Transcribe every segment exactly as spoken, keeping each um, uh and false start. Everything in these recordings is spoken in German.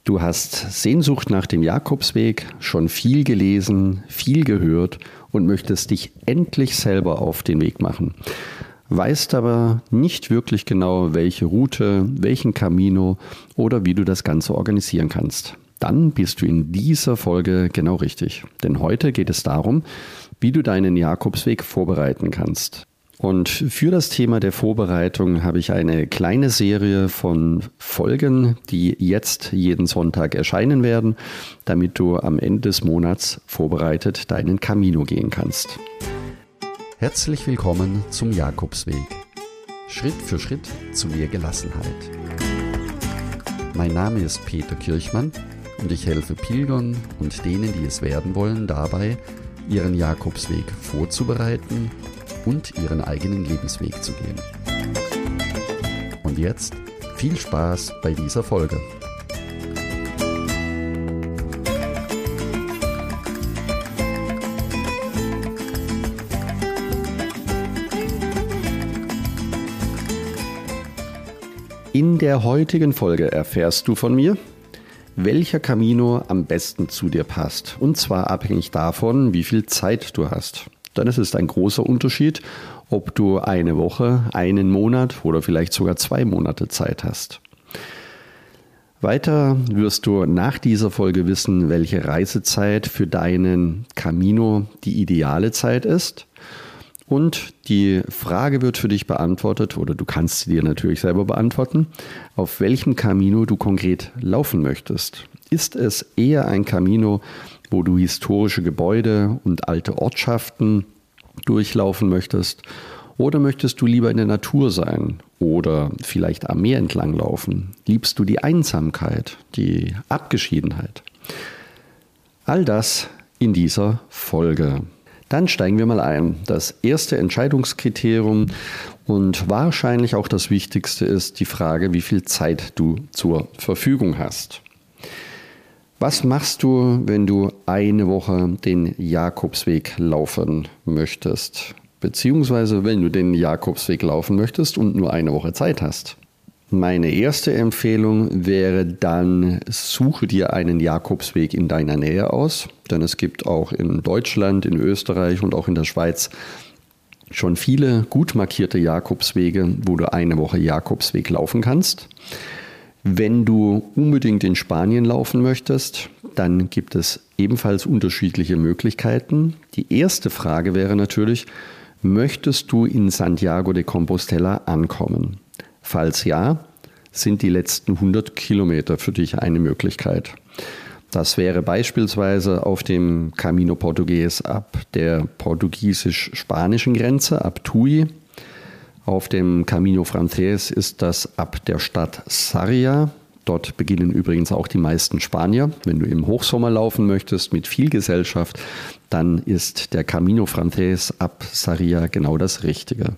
Du hast Sehnsucht nach dem Jakobsweg, schon viel gelesen, viel gehört und möchtest dich endlich selber auf den Weg machen. Weißt aber nicht wirklich genau, welche Route, welchen Camino oder wie du das Ganze organisieren kannst. Dann bist du in dieser Folge genau richtig. Denn heute geht es darum, wie du deinen Jakobsweg vorbereiten kannst. Und für das Thema der Vorbereitung habe ich eine kleine Serie von Folgen, die jetzt jeden Sonntag erscheinen werden, damit du am Ende des Monats vorbereitet deinen Camino gehen kannst. Herzlich willkommen zum Jakobsweg. Schritt für Schritt zu mehr Gelassenheit. Mein Name ist Peter Kirchmann und ich helfe Pilgern und denen, die es werden wollen, dabei, ihren Jakobsweg vorzubereiten und ihren eigenen Lebensweg zu gehen. Und jetzt viel Spaß bei dieser Folge. In der heutigen Folge erfährst du von mir, welcher Camino am besten zu dir passt. Und zwar abhängig davon, wie viel Zeit du hast. Denn es ist ein großer Unterschied, ob du eine Woche, einen Monat oder vielleicht sogar zwei Monate Zeit hast. Weiter wirst du nach dieser Folge wissen, welche Reisezeit für deinen Camino die ideale Zeit ist. Und die Frage wird für dich beantwortet, oder du kannst sie dir natürlich selber beantworten, auf welchem Camino du konkret laufen möchtest. Ist es eher ein Camino, wo du historische Gebäude und alte Ortschaften durchlaufen möchtest? Oder möchtest du lieber in der Natur sein oder vielleicht am Meer entlang laufen? Liebst du die Einsamkeit, die Abgeschiedenheit? All das in dieser Folge. Dann steigen wir mal ein. Das erste Entscheidungskriterium und wahrscheinlich auch das Wichtigste ist die Frage, wie viel Zeit du zur Verfügung hast. Was machst du, wenn du eine Woche den Jakobsweg laufen möchtest? Beziehungsweise wenn du den Jakobsweg laufen möchtest und nur eine Woche Zeit hast? Meine erste Empfehlung wäre dann, suche dir einen Jakobsweg in deiner Nähe aus. Denn es gibt auch in Deutschland, in Österreich und auch in der Schweiz schon viele gut markierte Jakobswege, wo du eine Woche Jakobsweg laufen kannst. Wenn du unbedingt in Spanien laufen möchtest, dann gibt es ebenfalls unterschiedliche Möglichkeiten. Die erste Frage wäre natürlich, möchtest du in Santiago de Compostela ankommen? Falls ja, sind die letzten hundert Kilometer für dich eine Möglichkeit. Das wäre beispielsweise auf dem Camino Portugues ab der portugiesisch-spanischen Grenze, ab Tui. Auf dem Camino Frances ist das ab der Stadt Sarria. Dort beginnen übrigens auch die meisten Spanier. Wenn du im Hochsommer laufen möchtest mit viel Gesellschaft, dann ist der Camino Frances ab Sarria genau das Richtige.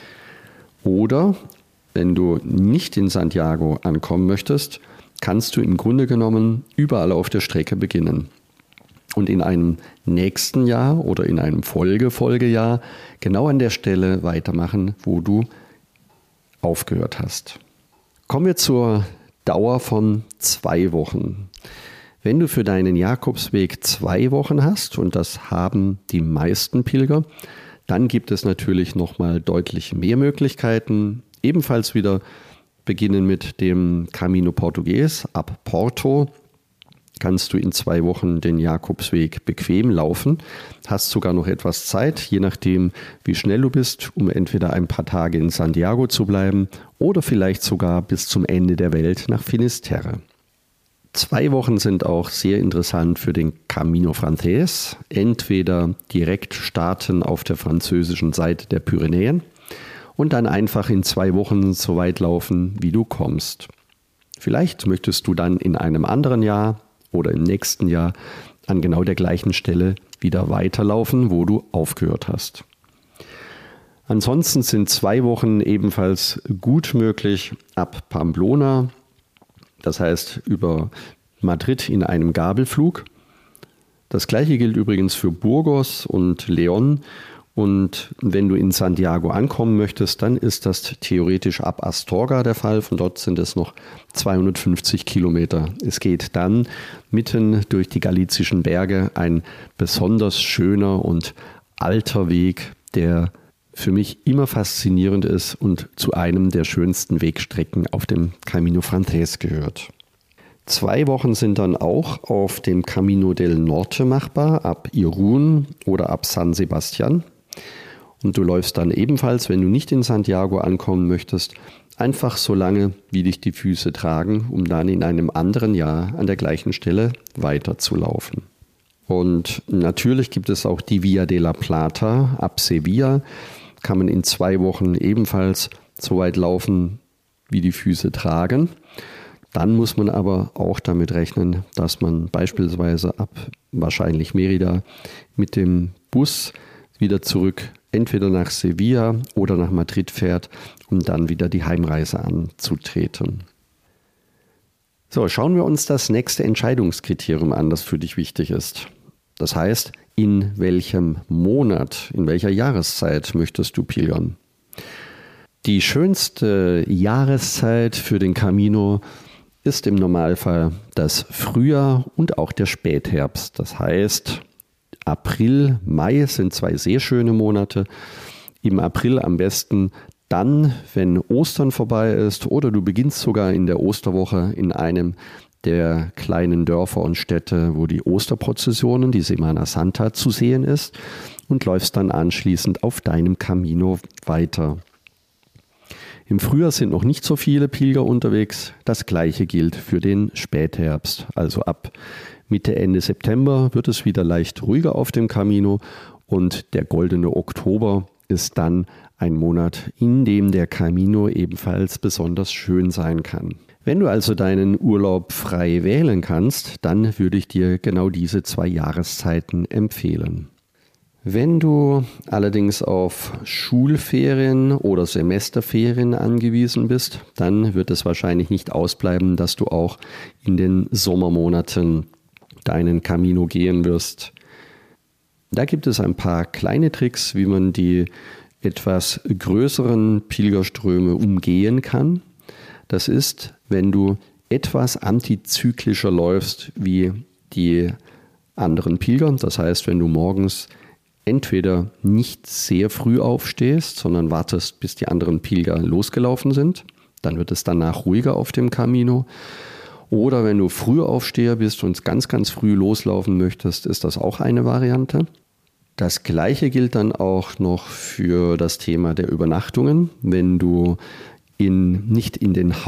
Oder wenn du nicht in Santiago ankommen möchtest, kannst du im Grunde genommen überall auf der Strecke beginnen. Und in einem nächsten Jahr oder in einem Folge-Folgejahr genau an der Stelle weitermachen, wo du aufgehört hast. Kommen wir zur Dauer von zwei Wochen. Wenn du für deinen Jakobsweg zwei Wochen hast, und das haben die meisten Pilger, dann gibt es natürlich nochmal deutlich mehr Möglichkeiten. Ebenfalls wieder beginnen mit dem Camino Portugues ab Porto. Kannst du in zwei Wochen den Jakobsweg bequem laufen, hast sogar noch etwas Zeit, je nachdem wie schnell du bist, um entweder ein paar Tage in Santiago zu bleiben oder vielleicht sogar bis zum Ende der Welt nach Finisterre. Zwei Wochen sind auch sehr interessant für den Camino Frances, entweder direkt starten auf der französischen Seite der Pyrenäen und dann einfach in zwei Wochen so weit laufen, wie du kommst. Vielleicht möchtest du dann in einem anderen Jahr oder im nächsten Jahr an genau der gleichen Stelle wieder weiterlaufen, wo du aufgehört hast. Ansonsten sind zwei Wochen ebenfalls gut möglich ab Pamplona, das heißt über Madrid in einem Gabelflug. Das gleiche gilt übrigens für Burgos und León Und wenn du in Santiago ankommen möchtest, dann ist das theoretisch ab Astorga der Fall. Von dort sind es noch zweihundertfünfzig Kilometer. Es geht dann mitten durch die galizischen Berge, ein besonders schöner und alter Weg, der für mich immer faszinierend ist und zu einem der schönsten Wegstrecken auf dem Camino Frances gehört. Zwei Wochen sind dann auch auf dem Camino del Norte machbar, ab Irún oder ab San Sebastián. Und du läufst dann ebenfalls, wenn du nicht in Santiago ankommen möchtest, einfach so lange, wie dich die Füße tragen, um dann in einem anderen Jahr an der gleichen Stelle weiterzulaufen. Und natürlich gibt es auch die Via de la Plata ab Sevilla. Kann man in zwei Wochen ebenfalls so weit laufen, wie die Füße tragen. Dann muss man aber auch damit rechnen, dass man beispielsweise ab wahrscheinlich Mérida mit dem Bus wieder zurück entweder nach Sevilla oder nach Madrid fährt, um dann wieder die Heimreise anzutreten. So, schauen wir uns das nächste Entscheidungskriterium an, das für dich wichtig ist. Das heißt, in welchem Monat, in welcher Jahreszeit möchtest du pilgern? Die schönste Jahreszeit für den Camino ist im Normalfall das Frühjahr und auch der Spätherbst. Das heißt, April, Mai sind zwei sehr schöne Monate. Im April am besten dann, wenn Ostern vorbei ist oder du beginnst sogar in der Osterwoche in einem der kleinen Dörfer und Städte, wo die Osterprozessionen, die Semana Santa, zu sehen ist und läufst dann anschließend auf deinem Camino weiter. Im Frühjahr sind noch nicht so viele Pilger unterwegs. Das gleiche gilt für den Spätherbst, also ab Mitte, Ende September wird es wieder leicht ruhiger auf dem Camino und der goldene Oktober ist dann ein Monat, in dem der Camino ebenfalls besonders schön sein kann. Wenn du also deinen Urlaub frei wählen kannst, dann würde ich dir genau diese zwei Jahreszeiten empfehlen. Wenn du allerdings auf Schulferien oder Semesterferien angewiesen bist, dann wird es wahrscheinlich nicht ausbleiben, dass du auch in den Sommermonaten deinen Camino gehen wirst. Da gibt es ein paar kleine Tricks, wie man die etwas größeren Pilgerströme umgehen kann. Das ist, wenn du etwas antizyklischer läufst wie die anderen Pilger. Das heißt, wenn du morgens entweder nicht sehr früh aufstehst, sondern wartest, bis die anderen Pilger losgelaufen sind. Dann wird es danach ruhiger auf dem Camino. Oder wenn du Frühaufsteher bist und ganz, ganz früh loslaufen möchtest, ist das auch eine Variante. Das Gleiche gilt dann auch noch für das Thema der Übernachtungen. Wenn du in, nicht in den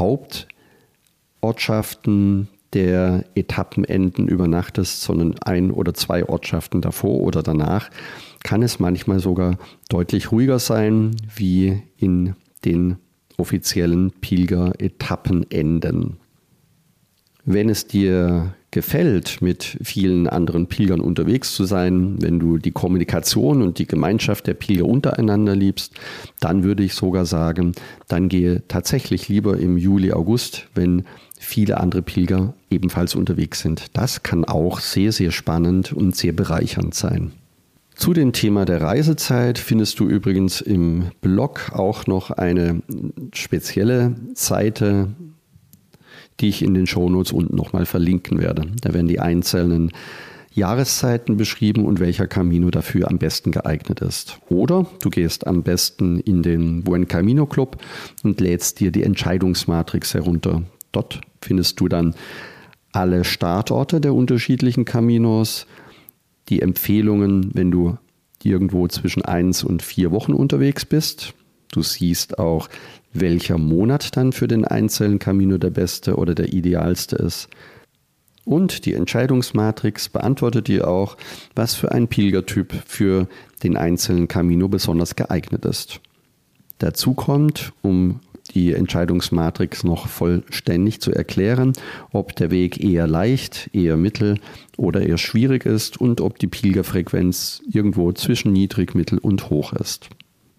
Hauptortschaften der Etappenenden übernachtest, sondern ein oder zwei Ortschaften davor oder danach, kann es manchmal sogar deutlich ruhiger sein wie in den offiziellen Pilger-Etappenenden. Wenn es dir gefällt, mit vielen anderen Pilgern unterwegs zu sein, wenn du die Kommunikation und die Gemeinschaft der Pilger untereinander liebst, dann würde ich sogar sagen, dann gehe tatsächlich lieber im Juli, August, wenn viele andere Pilger ebenfalls unterwegs sind. Das kann auch sehr, sehr spannend und sehr bereichernd sein. Zu dem Thema der Reisezeit findest du übrigens im Blog auch noch eine spezielle Seite, die ich in den Shownotes unten nochmal verlinken werde. Da werden die einzelnen Jahreszeiten beschrieben und welcher Camino dafür am besten geeignet ist. Oder du gehst am besten in den Buen Camino Club und lädst dir die Entscheidungsmatrix herunter. Dort findest du dann alle Startorte der unterschiedlichen Caminos, die Empfehlungen, wenn du irgendwo zwischen eins und vier Wochen unterwegs bist. Du siehst auch, welcher Monat dann für den einzelnen Camino der beste oder der idealste ist. Und die Entscheidungsmatrix beantwortet dir auch, was für ein Pilgertyp für den einzelnen Camino besonders geeignet ist. Dazu kommt, um die Entscheidungsmatrix noch vollständig zu erklären, ob der Weg eher leicht, eher mittel oder eher schwierig ist und ob die Pilgerfrequenz irgendwo zwischen niedrig, mittel und hoch ist.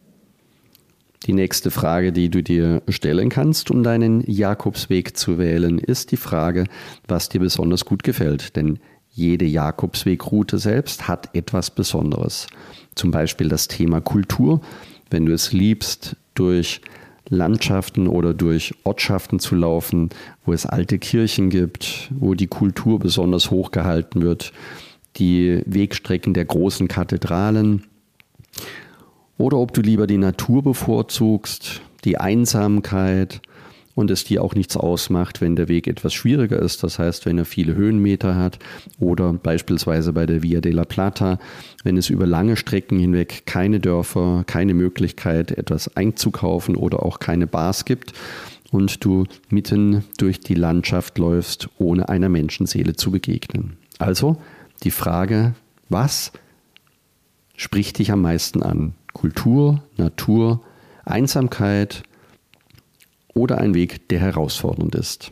Die nächste Frage, die du dir stellen kannst, um deinen Jakobsweg zu wählen, ist die Frage, was dir besonders gut gefällt. Denn jede Jakobswegroute selbst hat etwas Besonderes. Zum Beispiel das Thema Kultur. Wenn du es liebst, durch Landschaften oder durch Ortschaften zu laufen, wo es alte Kirchen gibt, wo die Kultur besonders hochgehalten wird, die Wegstrecken der großen Kathedralen, oder ob du lieber die Natur bevorzugst, die Einsamkeit und es dir auch nichts ausmacht, wenn der Weg etwas schwieriger ist, das heißt, wenn er viele Höhenmeter hat oder beispielsweise bei der Via della Plata, wenn es über lange Strecken hinweg keine Dörfer, keine Möglichkeit, etwas einzukaufen oder auch keine Bars gibt und du mitten durch die Landschaft läufst, ohne einer Menschenseele zu begegnen. Also die Frage, was spricht dich am meisten an? Kultur, Natur, Einsamkeit oder ein Weg, der herausfordernd ist.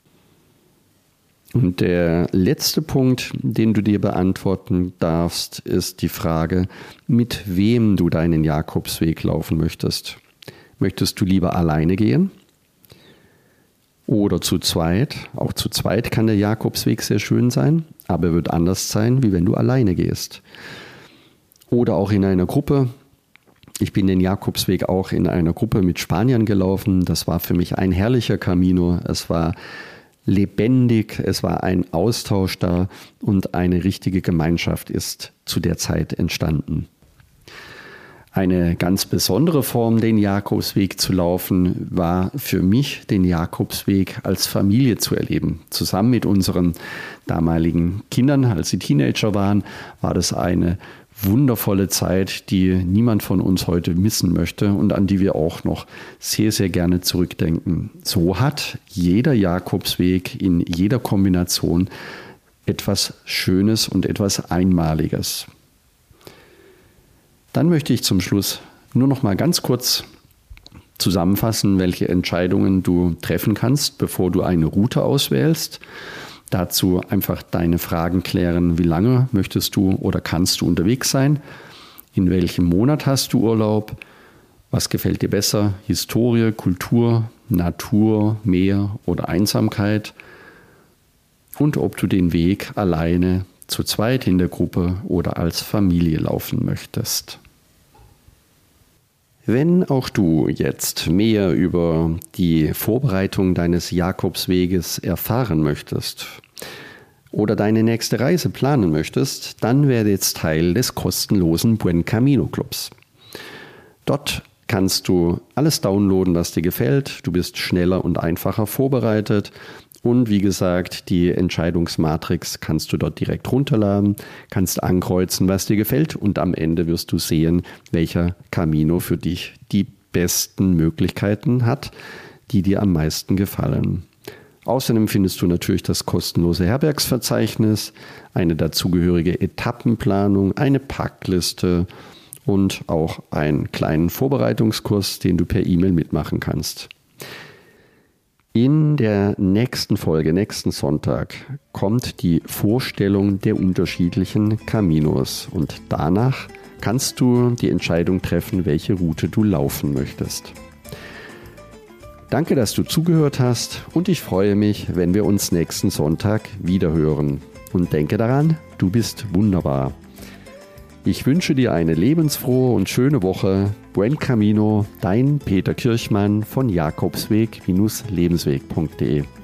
Und der letzte Punkt, den du dir beantworten darfst, ist die Frage, mit wem du deinen Jakobsweg laufen möchtest. Möchtest du lieber alleine gehen oder zu zweit? Auch zu zweit kann der Jakobsweg sehr schön sein, aber er wird anders sein, wie wenn du alleine gehst. Oder auch in einer Gruppe. Ich bin den Jakobsweg auch in einer Gruppe mit Spaniern gelaufen. Das war für mich ein herrlicher Camino. Es war lebendig, es war ein Austausch da und eine richtige Gemeinschaft ist zu der Zeit entstanden. Eine ganz besondere Form, den Jakobsweg zu laufen, war für mich, den Jakobsweg als Familie zu erleben. Zusammen mit unseren damaligen Kindern, als sie Teenager waren, war das eine wundervolle Zeit, die niemand von uns heute missen möchte und an die wir auch noch sehr, sehr gerne zurückdenken. So hat jeder Jakobsweg in jeder Kombination etwas Schönes und etwas Einmaliges. Dann möchte ich zum Schluss nur noch mal ganz kurz zusammenfassen, welche Entscheidungen du treffen kannst, bevor du eine Route auswählst. Dazu einfach deine Fragen klären, wie lange möchtest du oder kannst du unterwegs sein, in welchem Monat hast du Urlaub, was gefällt dir besser, Historie, Kultur, Natur, Meer oder Einsamkeit und ob du den Weg alleine, zu zweit in der Gruppe oder als Familie laufen möchtest. Wenn auch du jetzt mehr über die Vorbereitung deines Jakobsweges erfahren möchtest oder deine nächste Reise planen möchtest, dann werde jetzt Teil des kostenlosen Buen Camino Clubs. Dort kannst du alles downloaden, was dir gefällt. Du bist schneller und einfacher vorbereitet. Und wie gesagt, die Entscheidungsmatrix kannst du dort direkt runterladen, kannst ankreuzen, was dir gefällt und am Ende wirst du sehen, welcher Camino für dich die besten Möglichkeiten hat, die dir am meisten gefallen. Außerdem findest du natürlich das kostenlose Herbergsverzeichnis, eine dazugehörige Etappenplanung, eine Packliste und auch einen kleinen Vorbereitungskurs, den du per E-Mail mitmachen kannst. In der nächsten Folge, nächsten Sonntag, kommt die Vorstellung der unterschiedlichen Caminos und danach kannst du die Entscheidung treffen, welche Route du laufen möchtest. Danke, dass du zugehört hast und ich freue mich, wenn wir uns nächsten Sonntag wiederhören. Und denke daran, du bist wunderbar. Ich wünsche dir eine lebensfrohe und schöne Woche. Buen Camino, dein Peter Kirchmann von Jakobsweg Lebensweg punkt de.